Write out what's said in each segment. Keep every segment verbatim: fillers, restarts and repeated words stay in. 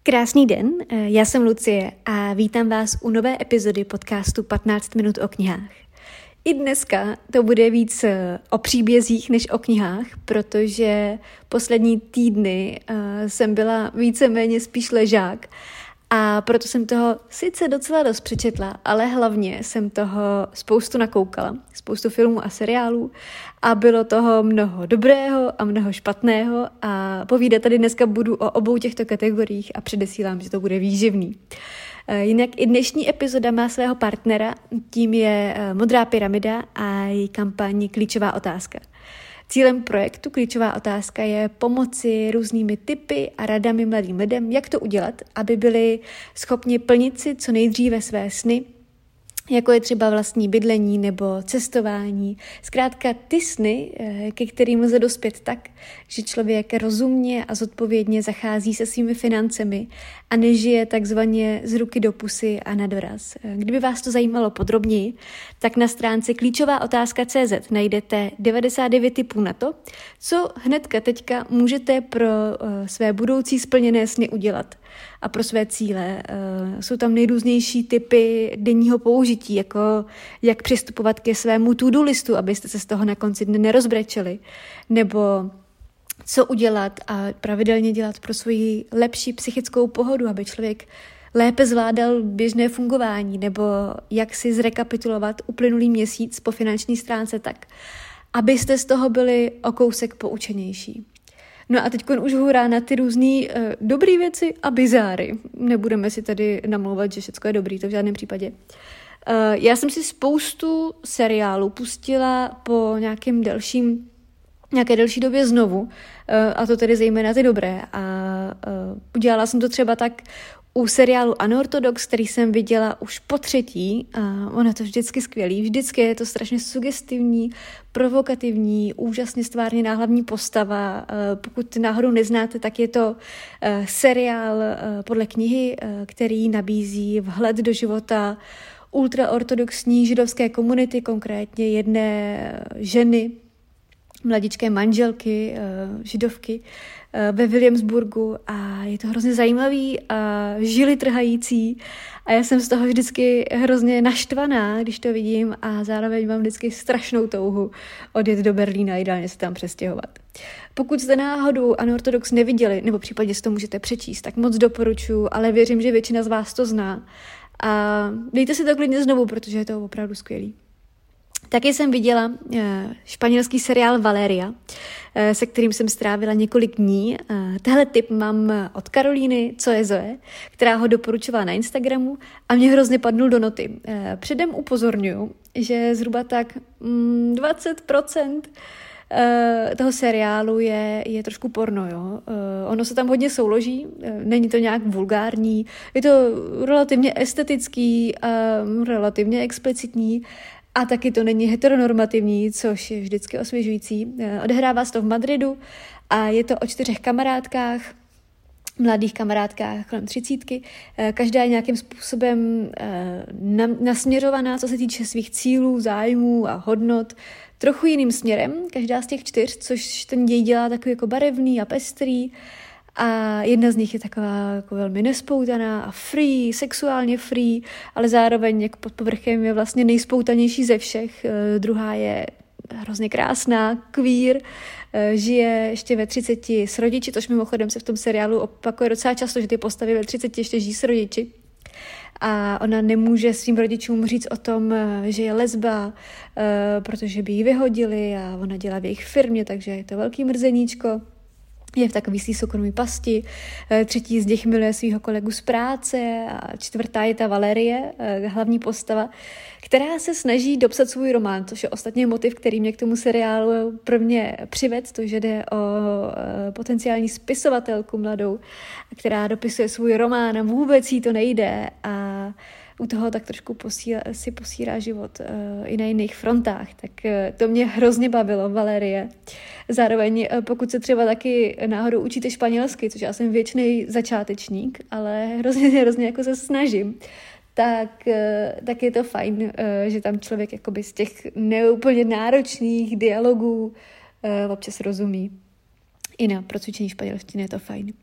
Krásný den, já jsem Lucie a vítám vás u nové epizody podcastu patnáct minut o knihách. I dneska to bude víc o příbězích než o knihách, protože poslední týdny jsem byla víceméně spíš ležák a proto jsem toho sice docela dost přečetla, ale hlavně jsem toho spoustu nakoukala, spoustu filmů a seriálů a bylo toho mnoho dobrého a mnoho špatného a povídat tady dneska budu o obou těchto kategoriích a předesílám, že to bude výživný. Jinak i dnešní epizoda má svého partnera, tím je Modrá pyramida a její kampaň Klíčová otázka. Cílem projektu Klíčová otázka je pomoci různými tipy a radami mladým lidem, jak to udělat, aby byli schopni plnit si co nejdříve své sny, jako je třeba vlastní bydlení nebo cestování. Zkrátka ty sny, ke kterým lze dospět tak, že člověk rozumně a zodpovědně zachází se svými financemi a nežije takzvaně z ruky do pusy a na doraz. Kdyby vás to zajímalo podrobněji, tak na stránce klíčová otázka tečka cé zet najdete devadesát devět tipů na to, co hnedka teďka můžete pro uh, své budoucí splněné sny udělat a pro své cíle. Uh, jsou tam nejrůznější typy denního použití, jako jak přistupovat ke svému to-do listu, abyste se z toho na konci dne nerozbrečeli, nebo co udělat a pravidelně dělat pro svoji lepší psychickou pohodu, aby člověk lépe zvládal běžné fungování, nebo jak si zrekapitulovat uplynulý měsíc po finanční stránce tak, abyste z toho byli o kousek poučenější. No a teď už hurá na ty různý uh, dobrý věci a bizáry. Nebudeme si tady namlouvat, že všechno je dobrý, to v žádném případě. Uh, já jsem si spoustu seriálů pustila po nějakém delším nějaké delší době znovu, a to tedy zejména ty dobré. A udělala jsem to třeba tak u seriálu Unorthodox, který jsem viděla už po třetí. A ono je to vždycky skvělý, vždycky je to strašně sugestivní, provokativní, úžasně stvárněná hlavní postava. Pokud náhodou neznáte, tak je to seriál podle knihy, který nabízí vhled do života ultraortodoxní židovské komunity, konkrétně jedné ženy, mladičké manželky, židovky ve Williamsburgu a je to hrozně zajímavý a žily trhající a já jsem z toho vždycky hrozně naštvaná, když to vidím a zároveň mám vždycky strašnou touhu odjet do Berlína a ideálně se tam přestěhovat. Pokud jste náhodou Unorthodox neviděli, nebo případně si to můžete přečíst, tak moc doporučuji, ale věřím, že většina z vás to zná a dejte si to klidně znovu, protože je to opravdu skvělý. Taky jsem viděla španělský seriál Valeria, se kterým jsem strávila několik dní. Tehle tip mám od Karolíny, co je Zoe, která ho doporučovala na Instagramu a mě hrozně padnul do noty. Předem upozorňuji, že zhruba tak dvacet procent toho seriálu je, je trošku porno, jo. Ono se tam hodně souloží, není to nějak vulgární, je to relativně estetický a relativně explicitní, a taky to není heteronormativní, což je vždycky osvěžující. Odehrává se to v Madridu a je to o čtyřech kamarádkách, mladých kamarádkách kolem třicítky. Každá je nějakým způsobem nasměřovaná, co se týče svých cílů, zájmů a hodnot, trochu jiným směrem, každá z těch čtyř, což ten děj dělá takový jako barevný a pestrý. A jedna z nich je taková jako velmi nespoutaná a free, sexuálně free, ale zároveň jako pod povrchem je vlastně nejspoutanější ze všech. E, druhá je hrozně krásná, queer, e, žije ještě ve třiceti s rodiči, což mimochodem se v tom seriálu opakuje docela často, že ty postavy ve třiceti ještě žijí s rodiči. A ona nemůže svým rodičům říct o tom, že je lesba, e, protože by ji vyhodili a ona dělá v jejich firmě, takže je to velký mrzeníčko. Je v takový svý soukromý pasti, třetí z nich miluje svého kolegu z práce a čtvrtá je ta Valerie, hlavní postava, která se snaží dopsat svůj román, což je ostatně motiv, který mě k tomu seriálu prvně přived, to, že jde o potenciální spisovatelku mladou, která dopisuje svůj román a vůbec jí to nejde a u toho tak trošku posíla, si posírá život uh, i na jiných frontách. Tak uh, to mě hrozně bavilo, Valerie. Zároveň, uh, pokud se třeba taky náhodou učíte španělsky, což já jsem věčný začátečník, ale hrozně, hrozně jako se snažím, tak, uh, tak je to fajn, uh, že tam člověk jakoby z těch neúplně náročných dialogů uh, občas rozumí. I na procvičení španělštiny je to fajn.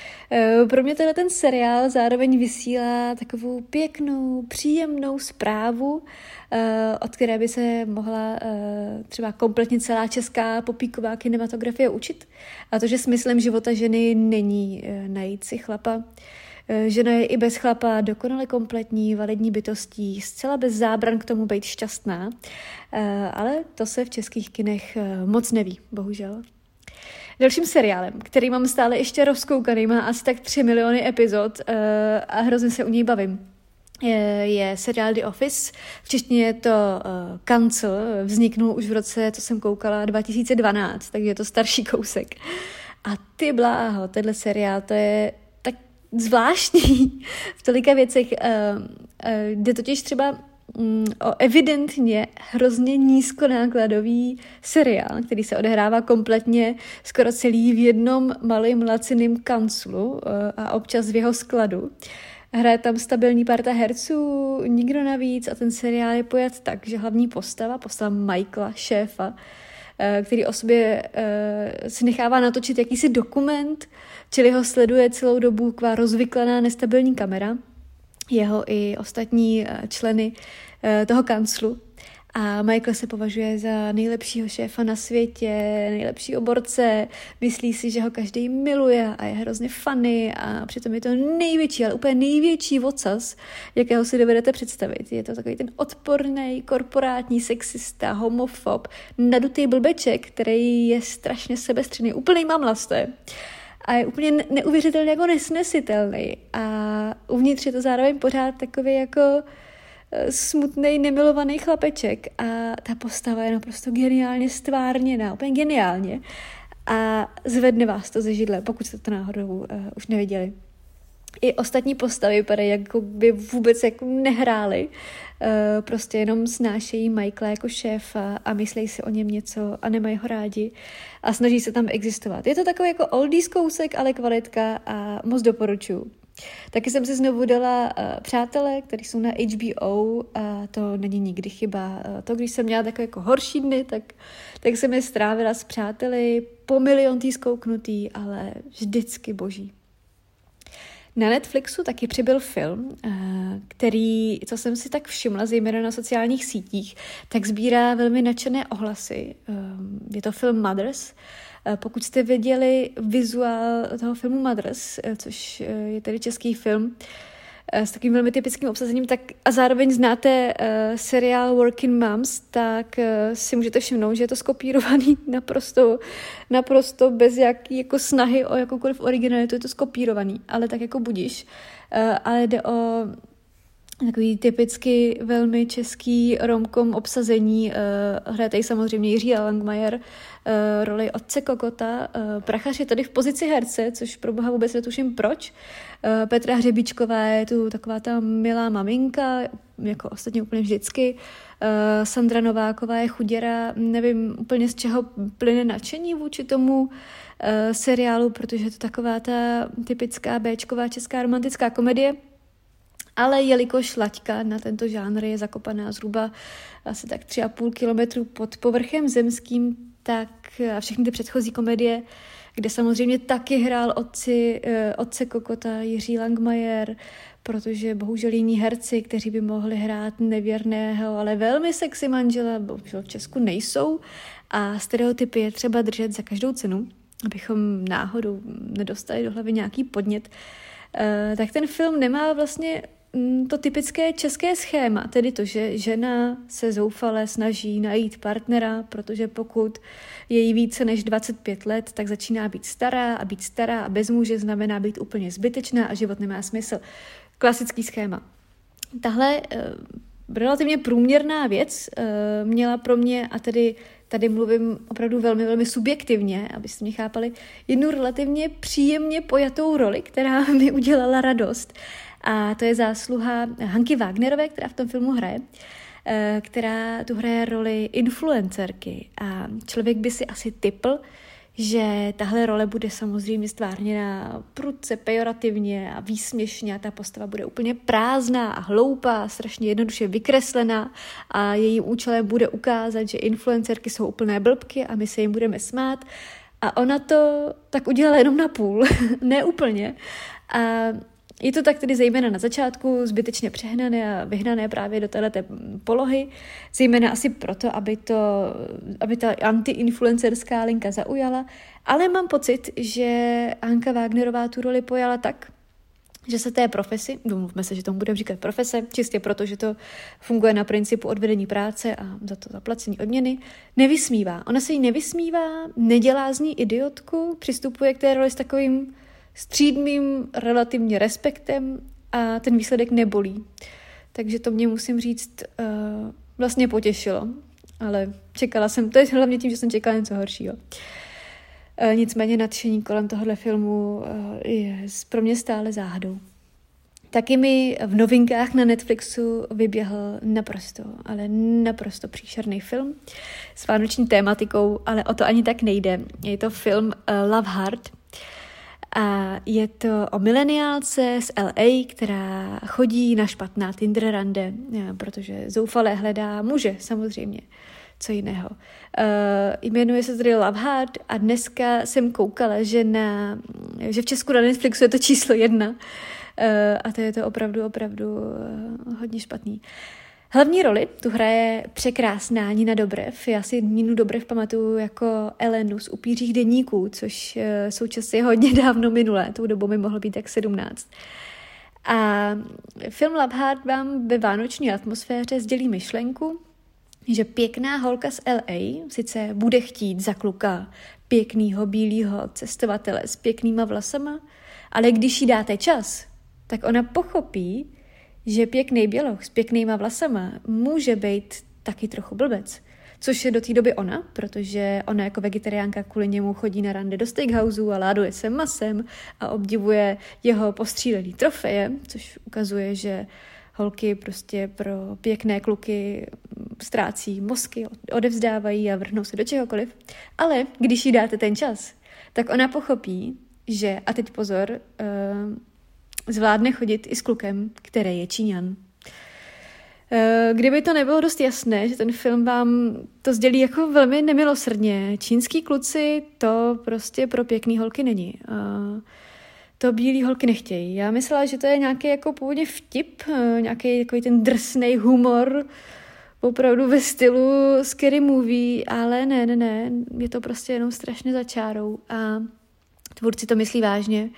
Pro mě tenhle ten seriál zároveň vysílá takovou pěknou, příjemnou zprávu, od které by se mohla třeba kompletně celá česká popíková kinematografie učit. A to, že smyslem života ženy není najít si chlapa. Žena je i bez chlapa dokonale kompletní, validní bytostí, zcela bez zábran k tomu být šťastná. Ale to se v českých kinech moc neví, bohužel. Dalším seriálem, který mám stále ještě rozkoukaný, má asi tak tři miliony epizod uh, a hrozně se u něj bavím. Je, je seriál The Office, v češtině je to uh, Cancel, vzniknul už v roce, co jsem koukala, dva tisíce dvanáct, takže je to starší kousek. A ty bláho, tenhle seriál, to je tak zvláštní v tolika věcech, uh, uh, jde totiž třeba o evidentně hrozně nízkonákladový seriál, který se odehrává kompletně skoro celý v jednom malým laciným kanclu a občas v jeho skladu. Hraje tam stabilní parta herců, nikdo navíc a ten seriál je pojat tak, že hlavní postava, postava Michaela, šéfa, který o sobě si nechává natočit jakýsi dokument, čili ho sleduje celou dobu taková rozvyklaná nestabilní kamera, jeho i ostatní členy toho kanclu. A Michael se považuje za nejlepšího šéfa na světě, nejlepšího borce, myslí si, že ho každý miluje a je hrozně funny a přitom je to největší, ale úplně největší ocas, jakého si dovedete představit. Je to takový ten odporný, korporátní sexista, homofob, nadutý blbeček, který je strašně sebestředný, úplný mamlaste. A je úplně neuvěřitelně jako nesnesitelný. A uvnitř je to zároveň pořád takový jako smutnej, nemilovaný chlapeček. A ta postava je naprosto geniálně stvárněná, úplně geniálně. A zvedne vás to ze židle, pokud jste to náhodou uh, už neviděli. I ostatní postavy vypadají, jako by vůbec jako nehráli. Uh, prostě jenom snášejí Michaela jako šéfa a myslí si o něm něco a nemají ho rádi a snaží se tam existovat. Je to takový jako oldies kousek, ale kvalitka a moc doporučuju. Taky jsem si znovu dala uh, Přátelé, který jsou na H B O a to není nikdy chyba. Uh, to, když jsem měla takové jako horší dny, tak, tak jsem je strávila s Přáteli, po miliontý zkouknutý, ale vždycky boží. Na Netflixu taky přibyl film, který, co jsem si tak všimla, zejména na sociálních sítích, tak sbírá velmi nadšené ohlasy. Je to film Mothers. Pokud jste viděli vizuál toho filmu Mothers, což je tedy český film, s takovým velmi typickým obsazením, tak a zároveň znáte uh, seriál Working Moms, tak uh, si můžete všimnout, že je to skopírovaný naprosto, naprosto bez jaký jako snahy o jakoukoliv originalitu, je to skopírovaný, ale tak jako budíš. Uh, ale jde o takový typicky velmi český romkom obsazení. Uh, hraje tady samozřejmě Jiří Langmajer, uh, roli otce Kokota. Uh, Prachař je tady v pozici herce, což pro boha vůbec netuším proč. Uh, Petra Hřebíčková je tu taková ta milá maminka, jako ostatně úplně vždycky. Uh, Sandra Nováková je chuděra, nevím úplně z čeho plyne nadšení vůči tomu uh, seriálu, protože je to taková ta typická béčková česká romantická komedie. Ale jelikož laťka na tento žánr je zakopaná zhruba asi tak tři a půl kilometru pod povrchem zemským, tak a všechny ty předchozí komedie, kde samozřejmě taky hrál otci, otce Kokota Jiří Langmajer, protože bohužel jiní herci, kteří by mohli hrát nevěrného, ale velmi sexy manžela, bohužel v Česku nejsou a stereotypy je třeba držet za každou cenu, abychom náhodou nedostali do hlavy nějaký podnět. Tak ten film nemá vlastně to typické české schéma, tedy to, že žena se zoufale snaží najít partnera, protože pokud je jí více než dvacet pět let, tak začíná být stará a být stará a bez muže znamená být úplně zbytečná a život nemá smysl. Klasický schéma. Tahle uh, relativně průměrná věc uh, měla pro mě, a tedy tady mluvím opravdu velmi, velmi subjektivně, abyste mě chápali, jednu relativně příjemně pojatou roli, která mi udělala radost. A to je zásluha Hanky Wagnerové, která v tom filmu hraje, která tu hraje roli influencerky. A člověk by si asi tipl, že tahle role bude samozřejmě stvárněna prudce pejorativně a výsměšně a ta postava bude úplně prázdná a hloupá, strašně jednoduše vykreslená a jejím účelem bude ukázat, že influencerky jsou úplné blbky a my se jim budeme smát. A ona to tak udělala jenom na půl, ne úplně. A je to tak tedy zejména na začátku zbytečně přehnané a vyhnané právě do této polohy, zejména asi proto, aby, to, aby ta anti-influencerská linka zaujala, ale mám pocit, že Anka Wagnerová tu roli pojala tak, že se té profesi, domluvme se, že tomu budeme říkat profese, čistě proto, že to funguje na principu odvedení práce a za to zaplacení odměny, nevysmívá. Ona se jí nevysmívá, nedělá z ní idiotku, přistupuje k té roli s takovým střídmým relativně respektem a ten výsledek nebolí. Takže to mě, musím říct, uh, vlastně potěšilo. Ale čekala jsem, to je hlavně tím, že jsem čekala něco horšího. Uh, nicméně nadšení kolem tohohle filmu uh, je pro mě stále záhadou. Taky mi v novinkách na Netflixu vyběhl naprosto, ale naprosto příšerný film s vánoční tématikou, ale o to ani tak nejde. Je to film uh, Love Hard. A je to o mileniálce z L A, která chodí na špatná Tinder rande, protože zoufale hledá muže, samozřejmě, co jiného. Uh, jmenuje se tedy Love Hard a dneska jsem koukala, že, na, že v Česku na Netflixu je to číslo jedna uh, a to je to opravdu, opravdu uh, hodně špatný. Hlavní roli tu hraje překrásná Nina Dobrev. Já si Ninu Dobrev pamatuju jako Elenu z Upířích deníků, což jsou časy hodně dávno minulé. Tou dobou mi mohlo být tak sedmnáct. A film Love Hard vám ve vánoční atmosféře sdělí myšlenku, že pěkná holka z L A sice bude chtít za kluka pěknýho bílýho cestovatele s pěknýma vlasama, ale když jí dáte čas, tak ona pochopí, že pěkný běloch s pěknýma vlasama může být taky trochu blbec. Což je do té doby ona, protože ona jako vegetariánka kvůli němu chodí na rande do steakhouseu a láduje se masem a obdivuje jeho postřílený trofeje, což ukazuje, že holky prostě pro pěkné kluky ztrácí mozky, odevzdávají a vrhnou se do čehokoliv. Ale když jí dáte ten čas, tak ona pochopí, že, a teď pozor, uh, zvládne chodit i s klukem, který je Číňan. Kdyby to nebylo dost jasné, že ten film vám to sdělí jako velmi nemilosrdně. Čínský kluci to prostě pro pěkný holky není. To bílý holky nechtějí. Já myslela, že to je nějaký jako původně vtip, nějaký takový ten drsnej humor, opravdu ve stylu scary movie, ale ne, ne, ne, je to prostě jenom strašně za čárou a tvůrci to myslí vážně.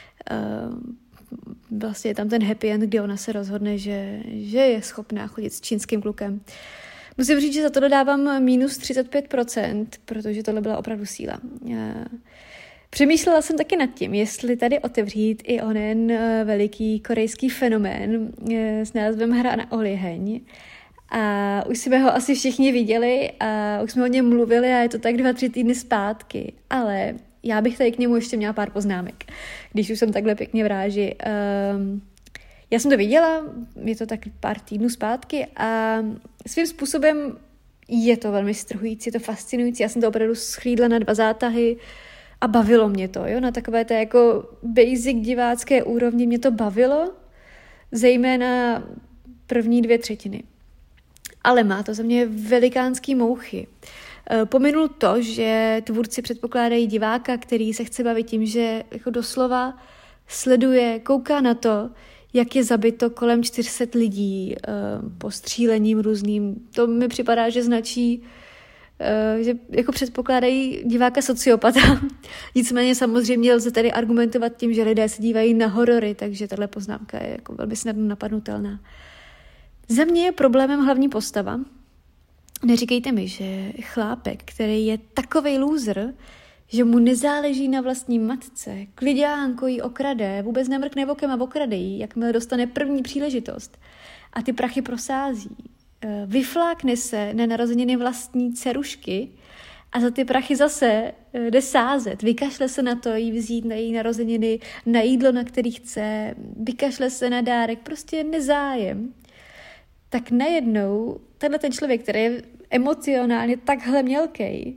Vlastně je tam ten happy end, kdy ona se rozhodne, že, že je schopná chodit s čínským klukem. Musím říct, že za to dodávám minus třicet pět procent, protože tohle byla opravdu síla. Přemýšlela jsem taky nad tím, jestli tady otevřít i onen veliký korejský fenomén s názvem Hra na oliheň. A už jsme ho asi všichni viděli a už jsme o něm mluvili a je to tak dva, tři týdny zpátky. Ale já bych tady k němu ještě měla pár poznámek, když už jsem takhle pěkně v ráži. Um, já jsem to viděla, je to tak pár týdnů zpátky a svým způsobem je to velmi strhující, je to fascinující. Já jsem to opravdu schlídla na dva zátahy a bavilo mě to, jo, na takové té jako basic divácké úrovni mě to bavilo, zejména první dvě třetiny. Ale má to za mě velikánský mouchy. Pominul to, že tvůrci předpokládají diváka, který se chce bavit tím, že jako doslova sleduje, kouká na to, jak je zabito kolem čtyři sta lidí uh, postřílením různým. To mi připadá, že značí, uh, že jako předpokládají diváka sociopata. Nicméně samozřejmě lze tady argumentovat tím, že lidé se dívají na horory, takže tahle poznámka je jako velmi snadno napadnutelná. Za mě je problémem hlavní postava. Neříkejte mi, že chlápek, který je takovej loser, že mu nezáleží na vlastní matce, klidánko jí okrade, vůbec nemrkne okem a okrade jí, jakmile dostane první příležitost a ty prachy prosází. Vyflákne se na narozeniny vlastní dcerušky a za ty prachy zase jde sázet. Vykašle se na to jí vzít na její narozeniny, na jídlo, na který chce, vykašle se na dárek, prostě nezájem. Tak najednou tenhle ten člověk, který je emocionálně takhle mělkej,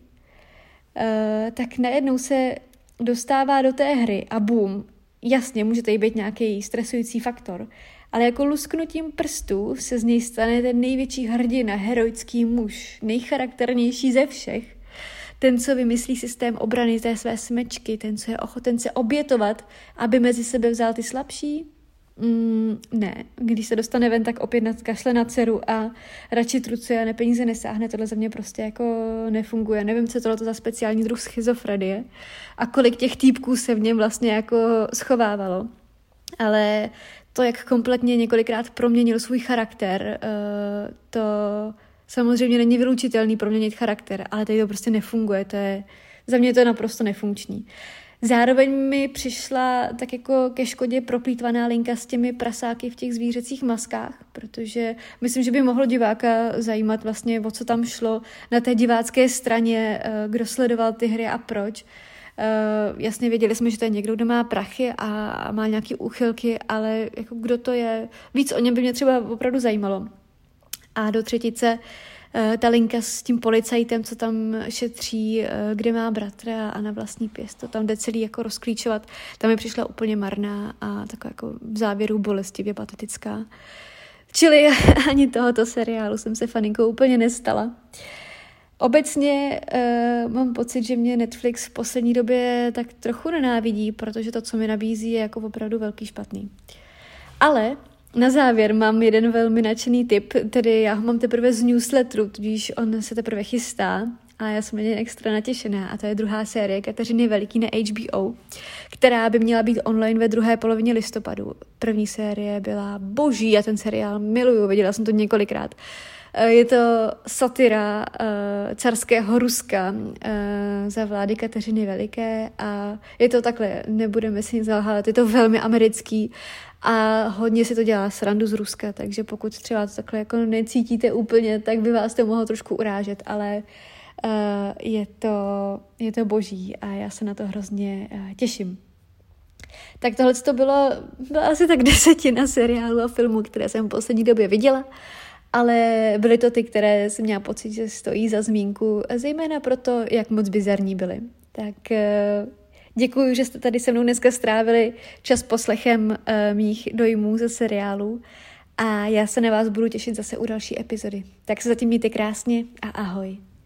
uh, tak najednou se dostává do té hry a bum, jasně, může tady být nějaký stresující faktor, ale jako lusknutím prstů se z něj stane ten největší hrdina, heroický muž, nejcharakternější ze všech. ten, co vymyslí systém obrany té své smečky, ten, co je ochoten se obětovat, aby mezi sebe vzal ty slabší? Mm, ne. Když se dostane ven, tak opět kašle na dceru a radši trucuje a ne peníze nesáhne. Tohle za mě prostě jako nefunguje. Nevím, co tohle za speciální druh schizofrenie a kolik těch týpků se v něm vlastně jako schovávalo. Ale to, jak kompletně několikrát proměnil svůj charakter, to samozřejmě není vylučitelný proměnit charakter, ale tady to prostě nefunguje. To je, za mě to je naprosto nefunkční. Zároveň mi přišla tak jako ke škodě proplýtvaná linka s těmi prasáky v těch zvířecích maskách, protože myslím, že by mohlo diváka zajímat vlastně, o co tam šlo na té divácké straně, kdo sledoval ty hry a proč. Uh, jasně věděli jsme, že to je někdo, kdo má prachy a, a má nějaké úchylky, ale jako kdo to je, víc o něm by mě třeba opravdu zajímalo. A do třetice uh, ta linka s tím policajtem, co tam šetří, uh, kde má bratra a na vlastní pěst, to tam jde celý jako rozklíčovat, tam mi přišla úplně marná a taková jako v závěru bolestivě patetická. Čili ani tohoto seriálu jsem se faninkou úplně nestala. Obecně uh, mám pocit, že mě Netflix v poslední době tak trochu nenávidí, protože to, co mi nabízí, je jako opravdu velký špatný. Ale na závěr mám jeden velmi nadšený tip, tedy já ho mám teprve z newsletteru, tudíž on se teprve chystá a já jsem na něj extra natěšená a to je druhá série Kateřiny Veliký na H B O, která by měla být online ve druhé polovině listopadu. První série byla boží, já ten seriál miluju, viděla jsem to několikrát. Je to satira uh, carského Ruska uh, za vlády Kateřiny Veliké a je to takhle, nebudeme si nic zalhávat, je to velmi americký a hodně si to dělá srandu z Ruska, takže pokud třeba to takhle jako necítíte úplně, tak by vás to mohlo trošku urážet, ale uh, je, to, je to boží a já se na to hrozně uh, těším. Tak tohle to bylo, bylo asi tak desetina seriálů a filmů, které jsem v poslední době viděla. Ale byly to ty, které jsem měla pocit, že stojí za zmínku, zejména proto, jak moc bizarní byly. Tak děkuji, že jste tady se mnou dneska strávili čas poslechem mých dojmů ze seriálu a já se na vás budu těšit zase u další epizody. Tak se zatím mějte krásně a ahoj.